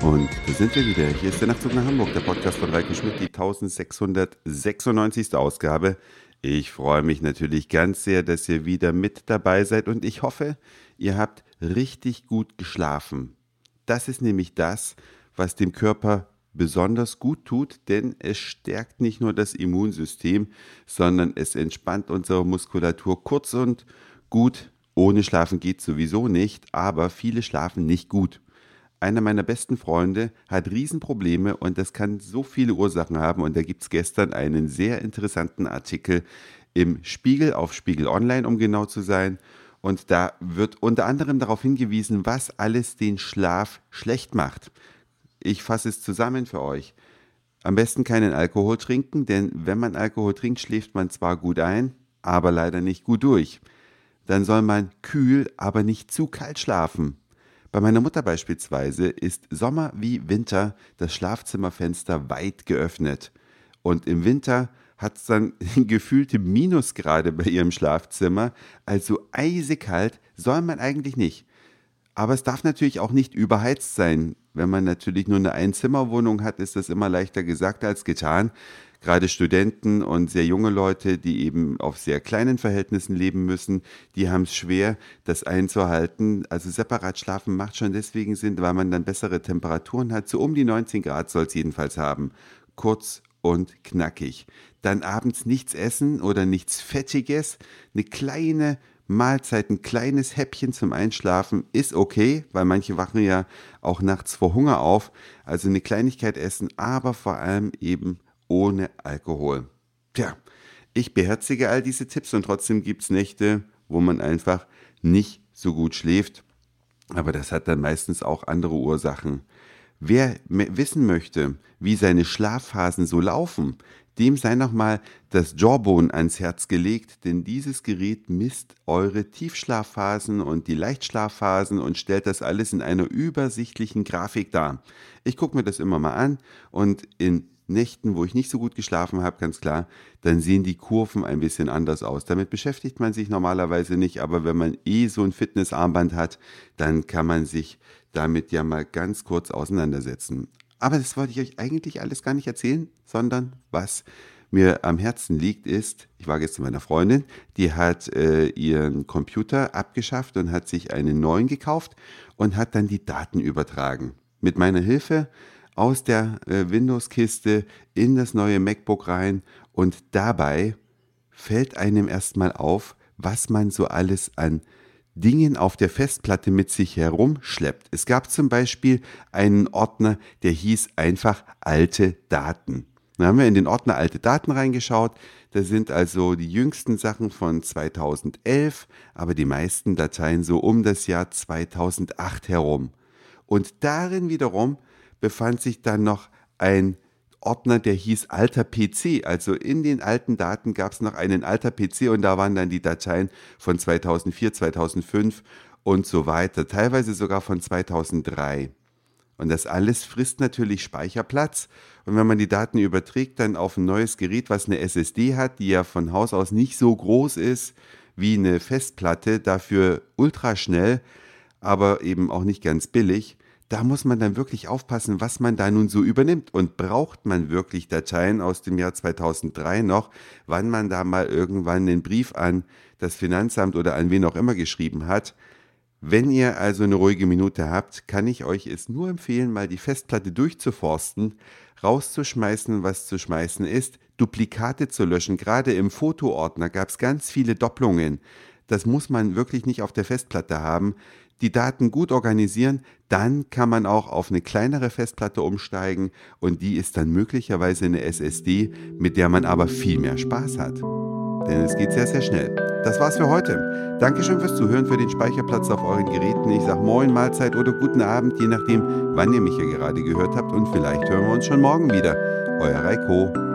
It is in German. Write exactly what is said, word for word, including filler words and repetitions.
Und da sind wir wieder. Hier ist der Nachtzug nach Hamburg, der Podcast von Reiko Schmidt, die eintausendsechshundertsechsundneunzigste Ausgabe. Ich freue mich natürlich ganz sehr, dass ihr wieder mit dabei seid und ich hoffe, ihr habt richtig gut geschlafen. Das ist nämlich das, was dem Körper besonders gut tut, denn es stärkt nicht nur das Immunsystem, sondern es entspannt unsere Muskulatur. Kurz und gut, ohne Schlafen geht sowieso nicht, aber viele schlafen nicht gut. Einer meiner besten Freunde hat Riesenprobleme und das kann so viele Ursachen haben. Und da gibt es gestern einen sehr interessanten Artikel im Spiegel, auf Spiegel Online, um genau zu sein. Und da wird unter anderem darauf hingewiesen, was alles den Schlaf schlecht macht. Ich fasse es zusammen für euch. Am besten keinen Alkohol trinken, denn wenn man Alkohol trinkt, schläft man zwar gut ein, aber leider nicht gut durch. Dann soll man kühl, aber nicht zu kalt schlafen. Bei meiner Mutter beispielsweise ist Sommer wie Winter das Schlafzimmerfenster weit geöffnet. Und im Winter hat es dann gefühlte Minusgrade bei ihrem Schlafzimmer. Also eisekalt soll man eigentlich nicht. Aber es darf natürlich auch nicht überheizt sein. Wenn man natürlich nur eine Einzimmerwohnung hat, ist das immer leichter gesagt als getan. Gerade Studenten und sehr junge Leute, die eben auf sehr kleinen Verhältnissen leben müssen, die haben es schwer, das einzuhalten. Also separat schlafen macht schon deswegen Sinn, weil man dann bessere Temperaturen hat. So um die neunzehn Grad soll es jedenfalls haben. Kurz und knackig. Dann abends nichts essen oder nichts Fettiges. Eine kleine Mahlzeit, ein kleines Häppchen zum Einschlafen ist okay, weil manche wachen ja auch nachts vor Hunger auf. Also eine Kleinigkeit essen, aber vor allem eben ohne Alkohol. Tja, ich beherzige all diese Tipps und trotzdem gibt es Nächte, wo man einfach nicht so gut schläft. Aber das hat dann meistens auch andere Ursachen. Wer me- wissen möchte, wie seine Schlafphasen so laufen, dem sei nochmal das Jawbone ans Herz gelegt, denn dieses Gerät misst eure Tiefschlafphasen und die Leichtschlafphasen und stellt das alles in einer übersichtlichen Grafik dar. Ich gucke mir das immer mal an und in Nächten, wo ich nicht so gut geschlafen habe, ganz klar, dann sehen die Kurven ein bisschen anders aus. Damit beschäftigt man sich normalerweise nicht, aber wenn man eh so ein Fitnessarmband hat, dann kann man sich damit ja mal ganz kurz auseinandersetzen. Aber das wollte ich euch eigentlich alles gar nicht erzählen, sondern was mir am Herzen liegt ist, ich war gestern bei meiner Freundin, die hat äh, ihren Computer abgeschafft und hat sich einen neuen gekauft und hat dann die Daten übertragen. Mit meiner Hilfe aus der äh, Windows-Kiste in das neue MacBook rein und dabei fällt einem erstmal auf, was man so alles an Dingen auf der Festplatte mit sich herumschleppt. Es gab zum Beispiel einen Ordner, der hieß einfach alte Daten. Da haben wir in den Ordner alte Daten reingeschaut. Da sind also die jüngsten Sachen von zweitausendelf, aber die meisten Dateien so um das Jahr zweitausendacht herum. Und darin wiederum befand sich dann noch ein Ordner, der hieß alter P C. Also in den alten Daten gab es noch einen alter P C und da waren dann die Dateien von zweitausendvier, zweitausendfünf und so weiter. Teilweise sogar von zweitausenddrei. Und das alles frisst natürlich Speicherplatz. Und wenn man die Daten überträgt dann auf ein neues Gerät, was eine S S D hat, die ja von Haus aus nicht so groß ist wie eine Festplatte, dafür ultraschnell, aber eben auch nicht ganz billig, da muss man dann wirklich aufpassen, was man da nun so übernimmt. Und braucht man wirklich Dateien aus dem Jahr zweitausenddrei noch, wann man da mal irgendwann einen Brief an das Finanzamt oder an wen auch immer geschrieben hat. Wenn ihr also eine ruhige Minute habt, kann ich euch es nur empfehlen, mal die Festplatte durchzuforsten, rauszuschmeißen, was zu schmeißen ist, Duplikate zu löschen. Gerade im Fotoordner gab es ganz viele Doppelungen. Das muss man wirklich nicht auf der Festplatte haben. Die Daten gut organisieren, dann kann man auch auf eine kleinere Festplatte umsteigen und die ist dann möglicherweise eine S S D, mit der man aber viel mehr Spaß hat. Denn es geht sehr, sehr schnell. Das war's für heute. Dankeschön fürs Zuhören, für den Speicherplatz auf euren Geräten. Ich sag Moin, Mahlzeit oder guten Abend, je nachdem, wann ihr mich hier gerade gehört habt und vielleicht hören wir uns schon morgen wieder. Euer Reiko.